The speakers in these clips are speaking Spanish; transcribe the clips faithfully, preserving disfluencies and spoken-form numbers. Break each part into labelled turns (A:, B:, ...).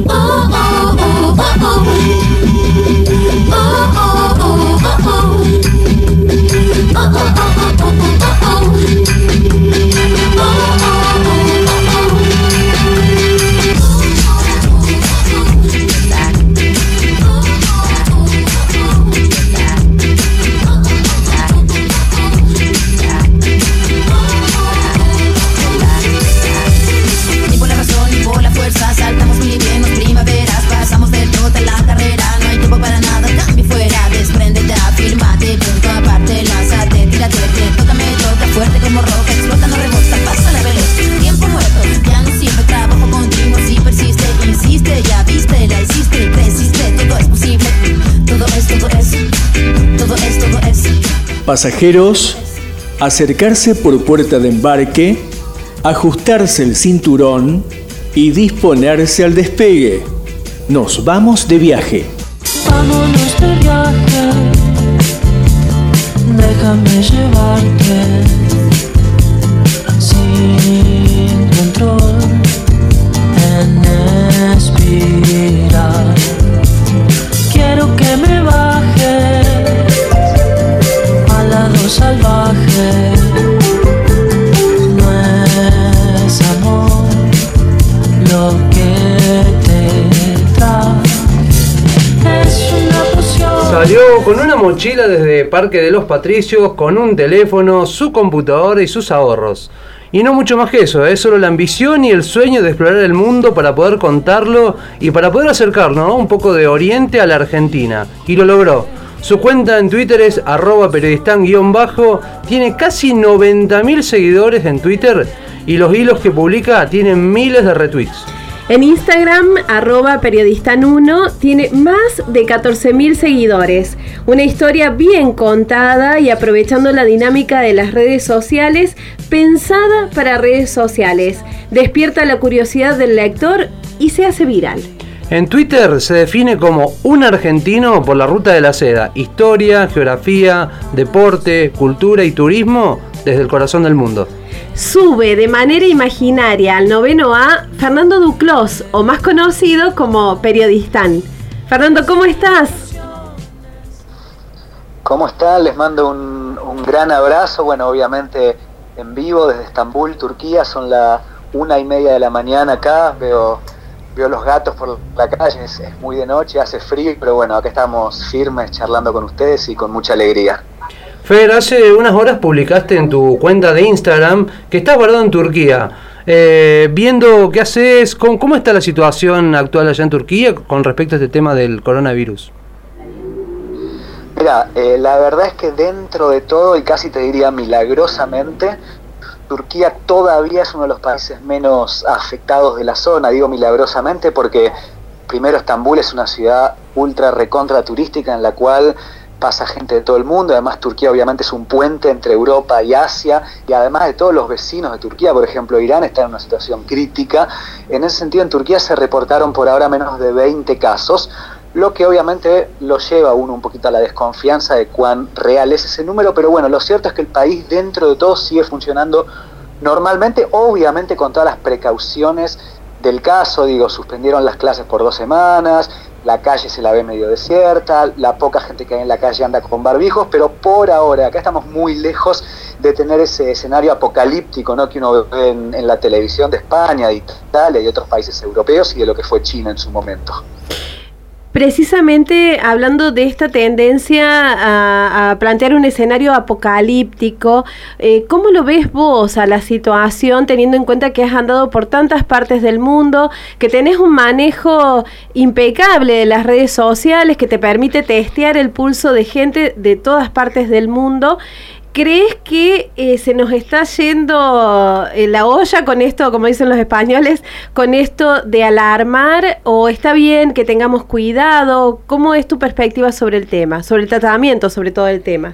A: Pasajeros, acercarse por puerta de embarque, ajustarse el cinturón y disponerse al despegue. Nos vamos de viaje.
B: Vámonos de viaje, déjame llevarte sin control en espiral. Quiero que me baje al lado salvaje. No es amor lo que te trae.
C: Salió con una mochila desde Parque de los Patricios, con un teléfono, su computadora y sus ahorros. Y no mucho más que eso, es ¿eh? solo la ambición y el sueño de explorar el mundo para poder contarlo y para poder acercarnos, ¿no? un poco de Oriente a la Argentina. Y lo logró. Su cuenta en Twitter es arroba periodistán guión bajo, tiene casi noventa mil seguidores en Twitter y los hilos que publica tienen miles de retweets.
D: En Instagram, arroba periodistan uno, tiene más de catorce mil seguidores. Una historia bien contada y aprovechando la dinámica de las redes sociales, pensada para redes sociales. Despierta la curiosidad del lector y se hace viral.
C: En Twitter se define como un argentino por la ruta de la seda. Historia, geografía, deporte, cultura y turismo desde el corazón del mundo.
D: Sube de manera imaginaria al noveno A Fernando Duclos, o más conocido como Periodistán. Fernando, ¿cómo estás?
E: ¿Cómo están? Les mando un, un gran abrazo. Bueno, obviamente en vivo desde Estambul, Turquía. Son las una y media de la mañana acá. Veo, veo los gatos por la calle. Es, es muy de noche, hace frío, pero bueno, acá estamos firmes charlando con ustedes y con mucha alegría.
C: Fer, hace unas horas publicaste en tu cuenta de Instagram que estás guardado en Turquía. Eh, viendo qué haces, ¿cómo, ¿cómo está la situación actual allá en Turquía con respecto a este tema del coronavirus?
E: Mira, eh, la verdad es que dentro de todo, y casi te diría milagrosamente, Turquía todavía es uno de los países menos afectados de la zona. Digo milagrosamente porque primero Estambul es una ciudad ultra recontra turística en la cual pasa gente de todo el mundo. Además Turquía obviamente es un puente entre Europa y Asia, y además de todos los vecinos de Turquía, por ejemplo Irán está en una situación crítica. En ese sentido en Turquía se reportaron por ahora menos de veinte casos, lo que obviamente lo lleva a uno un poquito a la desconfianza de cuán real es ese número, pero bueno, lo cierto es que el país dentro de todo sigue funcionando normalmente, obviamente con todas las precauciones del caso. Digo, suspendieron las clases por dos semanas, la calle se la ve medio desierta, la poca gente que hay en la calle anda con barbijos, pero por ahora, acá estamos muy lejos de tener ese escenario apocalíptico, ¿no? que uno ve en, en la televisión de España, de Italia y de otros países europeos y de lo que fue China en su momento.
D: Precisamente hablando de esta tendencia a, a plantear un escenario apocalíptico, eh, ¿cómo lo ves vos a la situación, teniendo en cuenta que has andado por tantas partes del mundo, que tenés un manejo impecable de las redes sociales que te permite testear el pulso de gente de todas partes del mundo? ¿Crees que eh, se nos está yendo eh, la olla con esto, como dicen los españoles, con esto de alarmar, o está bien que tengamos cuidado? ¿Cómo es tu perspectiva sobre el tema, sobre el tratamiento, sobre todo el tema?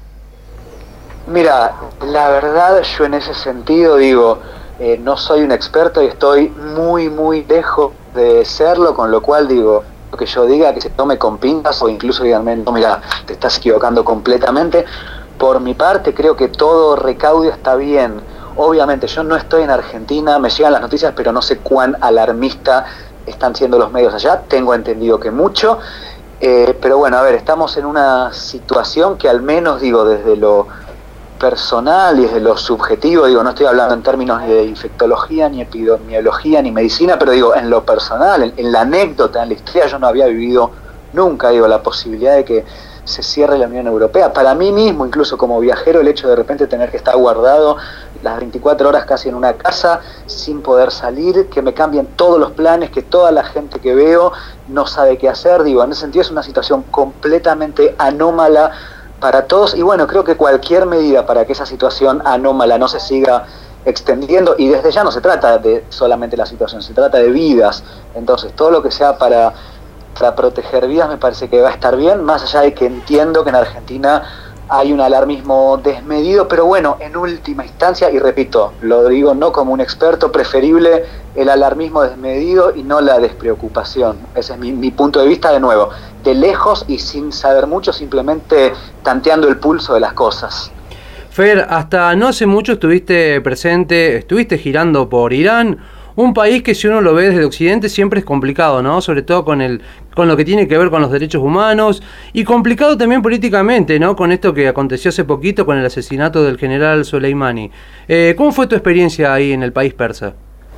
E: Mira, la verdad yo en ese sentido digo, eh, no soy un experto y estoy muy muy lejos de serlo, con lo cual digo, lo que yo diga que se tome con pinzas, o incluso díganme, no, mira, te estás equivocando completamente. Por mi parte creo que todo recaudo está bien. Obviamente yo no estoy en Argentina, me llegan las noticias, pero no sé cuán alarmista están siendo los medios allá, tengo entendido que mucho, eh, pero bueno, a ver, estamos en una situación que al menos, digo, desde lo personal y desde lo subjetivo, digo, no estoy hablando en términos de infectología, ni epidemiología, ni medicina, pero digo, en lo personal, en, en la anécdota, en la historia, yo no había vivido nunca, digo, la posibilidad de que se cierre la Unión Europea. Para mí mismo, incluso como viajero, el hecho de repente tener que estar guardado las veinticuatro horas casi en una casa, sin poder salir, que me cambien todos los planes, que toda la gente que veo no sabe qué hacer, digo, en ese sentido es una situación completamente anómala para todos, y bueno, creo que cualquier medida para que esa situación anómala no se siga extendiendo, y desde ya no se trata de solamente la situación, se trata de vidas, entonces todo lo que sea para para proteger vidas me parece que va a estar bien, más allá de que entiendo que en Argentina hay un alarmismo desmedido, pero bueno, en última instancia, y repito, lo digo no como un experto, preferible el alarmismo desmedido y no la despreocupación. Ese es mi, mi punto de vista, de nuevo, de lejos y sin saber mucho, simplemente tanteando el pulso de las cosas.
C: Fer, hasta no hace mucho estuviste presente, estuviste girando por Irán, un país que si uno lo ve desde Occidente siempre es complicado, ¿no? Sobre todo con el con lo que tiene que ver con los derechos humanos y complicado también políticamente, ¿no? Con esto que aconteció hace poquito con el asesinato del general Soleimani. Eh, ¿Cómo fue tu experiencia ahí en el país persa?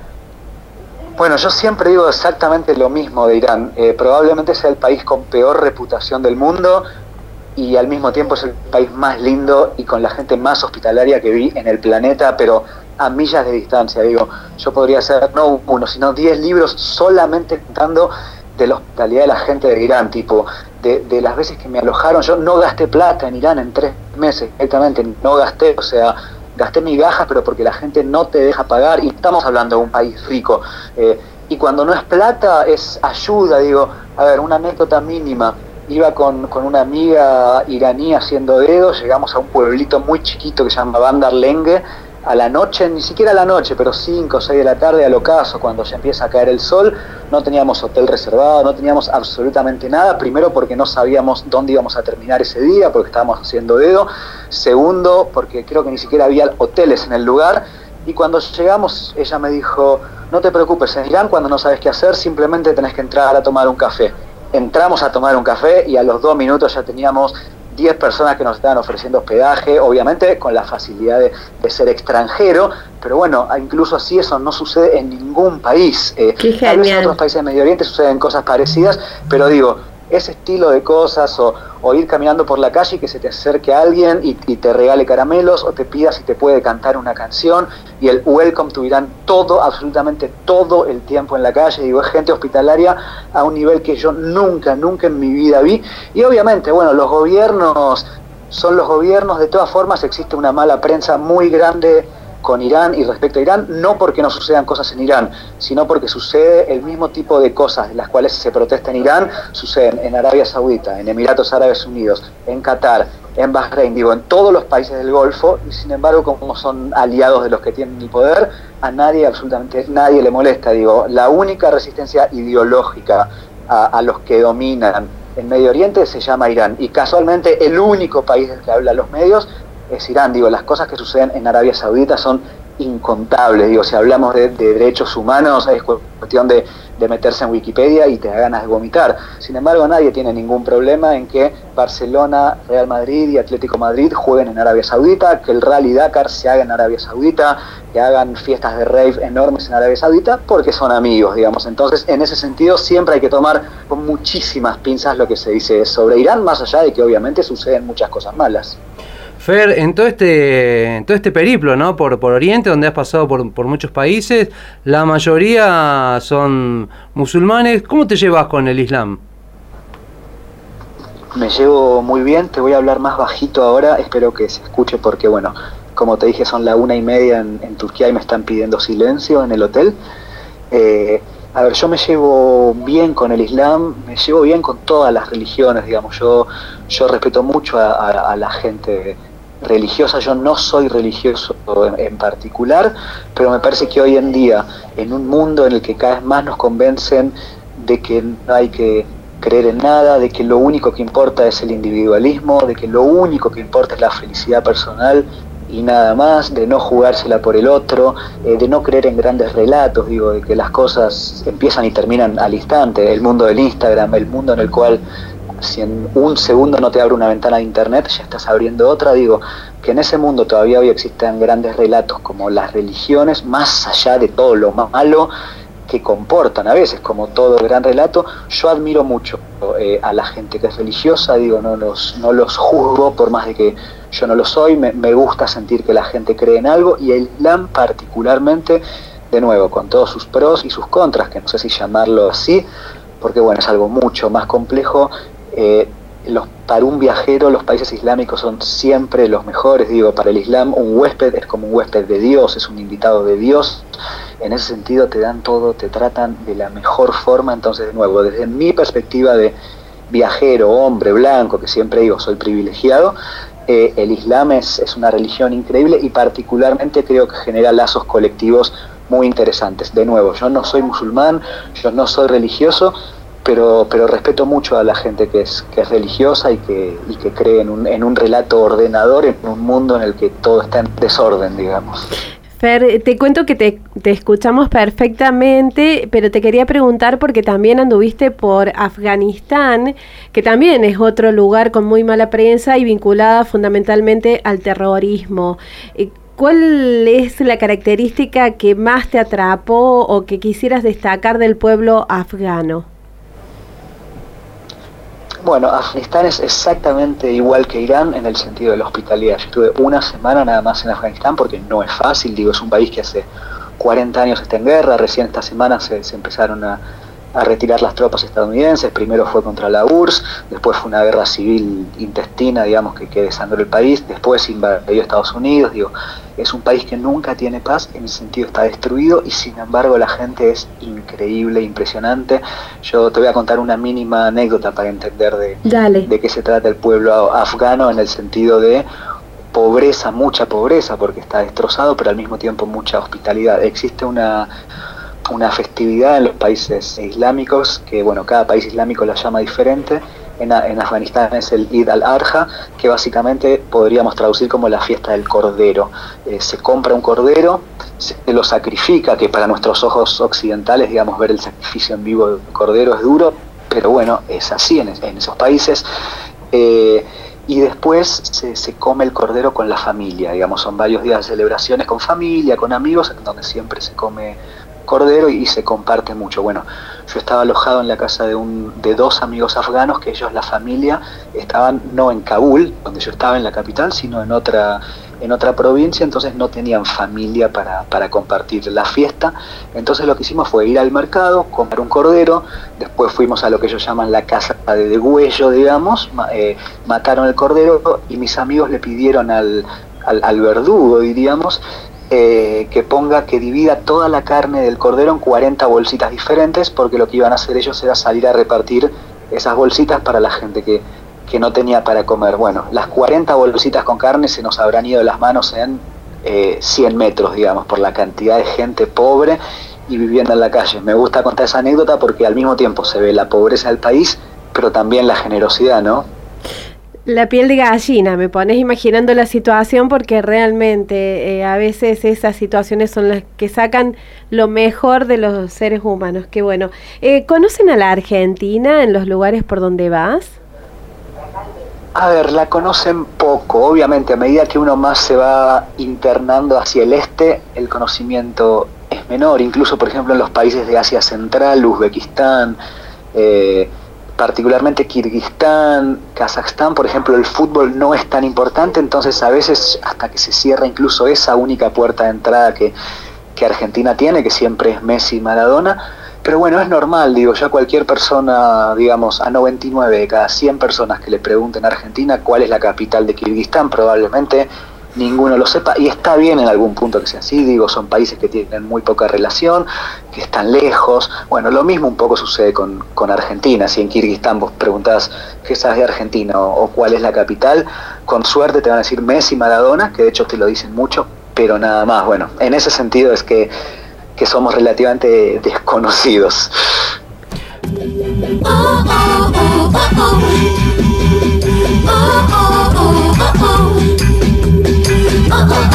E: Bueno, yo siempre digo exactamente lo mismo de Irán. Eh, probablemente sea el país con peor reputación del mundo y al mismo tiempo es el país más lindo y con la gente más hospitalaria que vi en el planeta, pero a millas de distancia, digo, yo podría hacer no uno, sino diez libros solamente contando de la hospitalidad de la gente de Irán, tipo, de, de las veces que me alojaron, yo no gasté plata en Irán en tres meses, directamente, no gasté, o sea, gasté migajas, pero porque la gente no te deja pagar, y estamos hablando de un país rico, eh, y cuando no es plata, es ayuda, digo, a ver, una anécdota mínima, iba con, con una amiga iraní haciendo dedos, llegamos a un pueblito muy chiquito que se llama Bandar Lenge, a la noche, ni siquiera a la noche, pero cinco o seis de la tarde al ocaso, cuando ya empieza a caer el sol, no teníamos hotel reservado, no teníamos absolutamente nada, primero porque no sabíamos dónde íbamos a terminar ese día, porque estábamos haciendo dedo, segundo porque creo que ni siquiera había hoteles en el lugar, y cuando llegamos ella me dijo, no te preocupes, en Irán cuando no sabes qué hacer, simplemente tenés que entrar a tomar un café. Entramos a tomar un café y a los dos minutos ya teníamos diez personas que nos estaban ofreciendo hospedaje, obviamente con la facilidad de, de ser extranjero, pero bueno, incluso así eso no sucede en ningún país. Eh,
D: Qué genial.
E: Tal vez en otros países del Medio Oriente suceden cosas parecidas, pero digo, ese estilo de cosas, o, o ir caminando por la calle y que se te acerque alguien y, y te regale caramelos, o te pida si te puede cantar una canción, y el welcome to Irán, todo, absolutamente todo el tiempo en la calle, digo, es gente hospitalaria a un nivel que yo nunca, nunca en mi vida vi, y obviamente, bueno, los gobiernos son los gobiernos, de todas formas existe una mala prensa muy grande con Irán y respecto a Irán, no porque no sucedan cosas en Irán, sino porque sucede el mismo tipo de cosas de las cuales se protesta en Irán, suceden en Arabia Saudita, en Emiratos Árabes Unidos, en Qatar, en Bahrein, digo, en todos los países del Golfo, y sin embargo, como son aliados de los que tienen el poder, a nadie, absolutamente nadie le molesta, digo, la única resistencia ideológica a, a los que dominan en Medio Oriente se llama Irán, y casualmente el único país del que hablan los medios es Irán, digo, las cosas que suceden en Arabia Saudita son incontables, digo, si hablamos de, de derechos humanos es cuestión de, de meterse en Wikipedia y te da ganas de vomitar. Sin embargo, nadie tiene ningún problema en que Barcelona, Real Madrid y Atlético Madrid jueguen en Arabia Saudita, que el Rally Dakar se haga en Arabia Saudita, que hagan fiestas de rave enormes en Arabia Saudita, porque son amigos, digamos. Entonces, en ese sentido, siempre hay que tomar con muchísimas pinzas lo que se dice sobre Irán, más allá de que obviamente suceden muchas cosas malas.
C: Fer, en todo este, en todo este periplo, ¿no? Por, por Oriente, donde has pasado por, por muchos países, la mayoría son musulmanes. ¿Cómo te llevas con el Islam?
E: Me llevo muy bien, te voy a hablar más bajito ahora, espero que se escuche porque, bueno, como te dije, son la una y media en, en Turquía y me están pidiendo silencio en el hotel. Eh, a ver, yo me llevo bien con el Islam, me llevo bien con todas las religiones, digamos, yo, yo respeto mucho a, a, a la gente religiosa, yo no soy religioso en, en particular, pero me parece que hoy en día, en un mundo en el que cada vez más nos convencen de que no hay que creer en nada, de que lo único que importa es el individualismo, de que lo único que importa es la felicidad personal, y nada más, de no jugársela por el otro, eh, de no creer en grandes relatos, digo, de que las cosas empiezan y terminan al instante, el mundo del Instagram, el mundo en el cual si en un segundo no te abre una ventana de internet, ya estás abriendo otra. Digo, que en ese mundo todavía hoy existen grandes relatos como las religiones, más allá de todo lo malo que comportan a veces, como todo gran relato. Yo admiro mucho eh, a la gente que es religiosa, digo, no los, no los juzgo por más de que yo no lo soy, me, me gusta sentir que la gente cree en algo, y el Islam particularmente, de nuevo, con todos sus pros y sus contras, que no sé si llamarlo así, porque bueno, es algo mucho más complejo. Eh, los, para un viajero los países islámicos son siempre los mejores. Digo, para el Islam un huésped es como un huésped de Dios, es un invitado de Dios. En ese sentido te dan todo, te tratan de la mejor forma. Entonces, de nuevo, desde mi perspectiva de viajero, hombre blanco, que siempre digo soy privilegiado, eh, el Islam es, es una religión increíble, y particularmente creo que genera lazos colectivos muy interesantes. De nuevo, yo no soy musulmán, yo no soy religioso, pero pero respeto mucho a la gente que es que es religiosa y que y que cree en un en un relato ordenador, en un mundo en el que todo está en desorden, digamos.
D: Fer, te cuento que te, te escuchamos perfectamente, pero te quería preguntar porque también anduviste por Afganistán, que también es otro lugar con muy mala prensa y vinculada fundamentalmente al terrorismo. ¿Cuál es la característica que más te atrapó o que quisieras destacar del pueblo afgano?
E: Bueno, Afganistán es exactamente igual que Irán en el sentido de la hospitalidad. Yo estuve una semana nada más en Afganistán porque no es fácil, digo, es un país que hace cuarenta años está en guerra. Recién esta semana se, se empezaron a, a retirar las tropas estadounidenses. Primero fue contra la U R S S, después fue una guerra civil intestina, digamos, que, que desangró el país, después invadió Estados Unidos. Digo, es un país que nunca tiene paz, en el sentido está destruido, y sin embargo la gente es increíble, impresionante. Yo te voy a contar una mínima anécdota para entender de, de qué se trata el pueblo afgano, en el sentido de pobreza, mucha pobreza, porque está destrozado, pero al mismo tiempo mucha hospitalidad. Existe una, una festividad en los países islámicos, que bueno, cada país islámico la llama diferente. En, en Afganistán es el Eid al-Adha, que básicamente podríamos traducir como la fiesta del cordero. Eh, se compra un cordero, se lo sacrifica, que para nuestros ojos occidentales, digamos, ver el sacrificio en vivo del cordero es duro, pero bueno, es así en, en esos países. Eh, y después se, se come el cordero con la familia, digamos, son varios días de celebraciones con familia, con amigos, en donde siempre se come cordero y, y se comparte mucho. Bueno, yo estaba alojado en la casa de un de dos amigos afganos, que ellos, la familia, estaban no en Kabul, donde yo estaba en la capital, sino en otra en otra provincia, entonces no tenían familia para, para compartir la fiesta. Entonces lo que hicimos fue ir al mercado, comprar un cordero, después fuimos a lo que ellos llaman la casa de degüello, digamos, eh, mataron el cordero, y mis amigos le pidieron al, al, al verdugo, diríamos, Eh, que ponga, que divida toda la carne del cordero en cuarenta bolsitas diferentes, porque lo que iban a hacer ellos era salir a repartir esas bolsitas para la gente que, que no tenía para comer. Bueno, las cuarenta bolsitas con carne se nos habrán ido de las manos en eh, cien metros, digamos, por la cantidad de gente pobre y viviendo en la calle. Me gusta contar esa anécdota porque al mismo tiempo se ve la pobreza del país, pero también la generosidad, ¿no?
D: La piel de gallina, me pones imaginando la situación, porque realmente eh, a veces esas situaciones son las que sacan lo mejor de los seres humanos. Qué bueno. Eh, ¿Conocen a la Argentina en los lugares por donde vas?
E: A ver, la conocen poco. Obviamente, a medida que uno más se va internando hacia el este, el conocimiento es menor. Incluso, por ejemplo, en los países de Asia Central, Uzbekistán, eh, particularmente Kirguistán, Kazajstán, por ejemplo, el fútbol no es tan importante, entonces a veces hasta que se cierra incluso esa única puerta de entrada que, que Argentina tiene, que siempre es Messi y Maradona. Pero bueno, es normal, digo, ya cualquier persona, digamos, a noventa y nueve de cada cien personas que le pregunten a Argentina cuál es la capital de Kirguistán, probablemente ninguno lo sepa, y está bien en algún punto que sea así. Digo, son países que tienen muy poca relación, que están lejos. Bueno, lo mismo un poco sucede con, con Argentina. Si en Kirguistán vos preguntás qué sabes de Argentina o, o cuál es la capital, con suerte te van a decir Messi, Maradona, que de hecho te lo dicen mucho, pero nada más. Bueno, en ese sentido es que, que somos relativamente desconocidos. Oh, oh, oh, oh, oh. Oh, oh, oh, oh, oh. Oh, oh.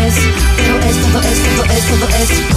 B: es, todo es, todo es, todo es, todo es.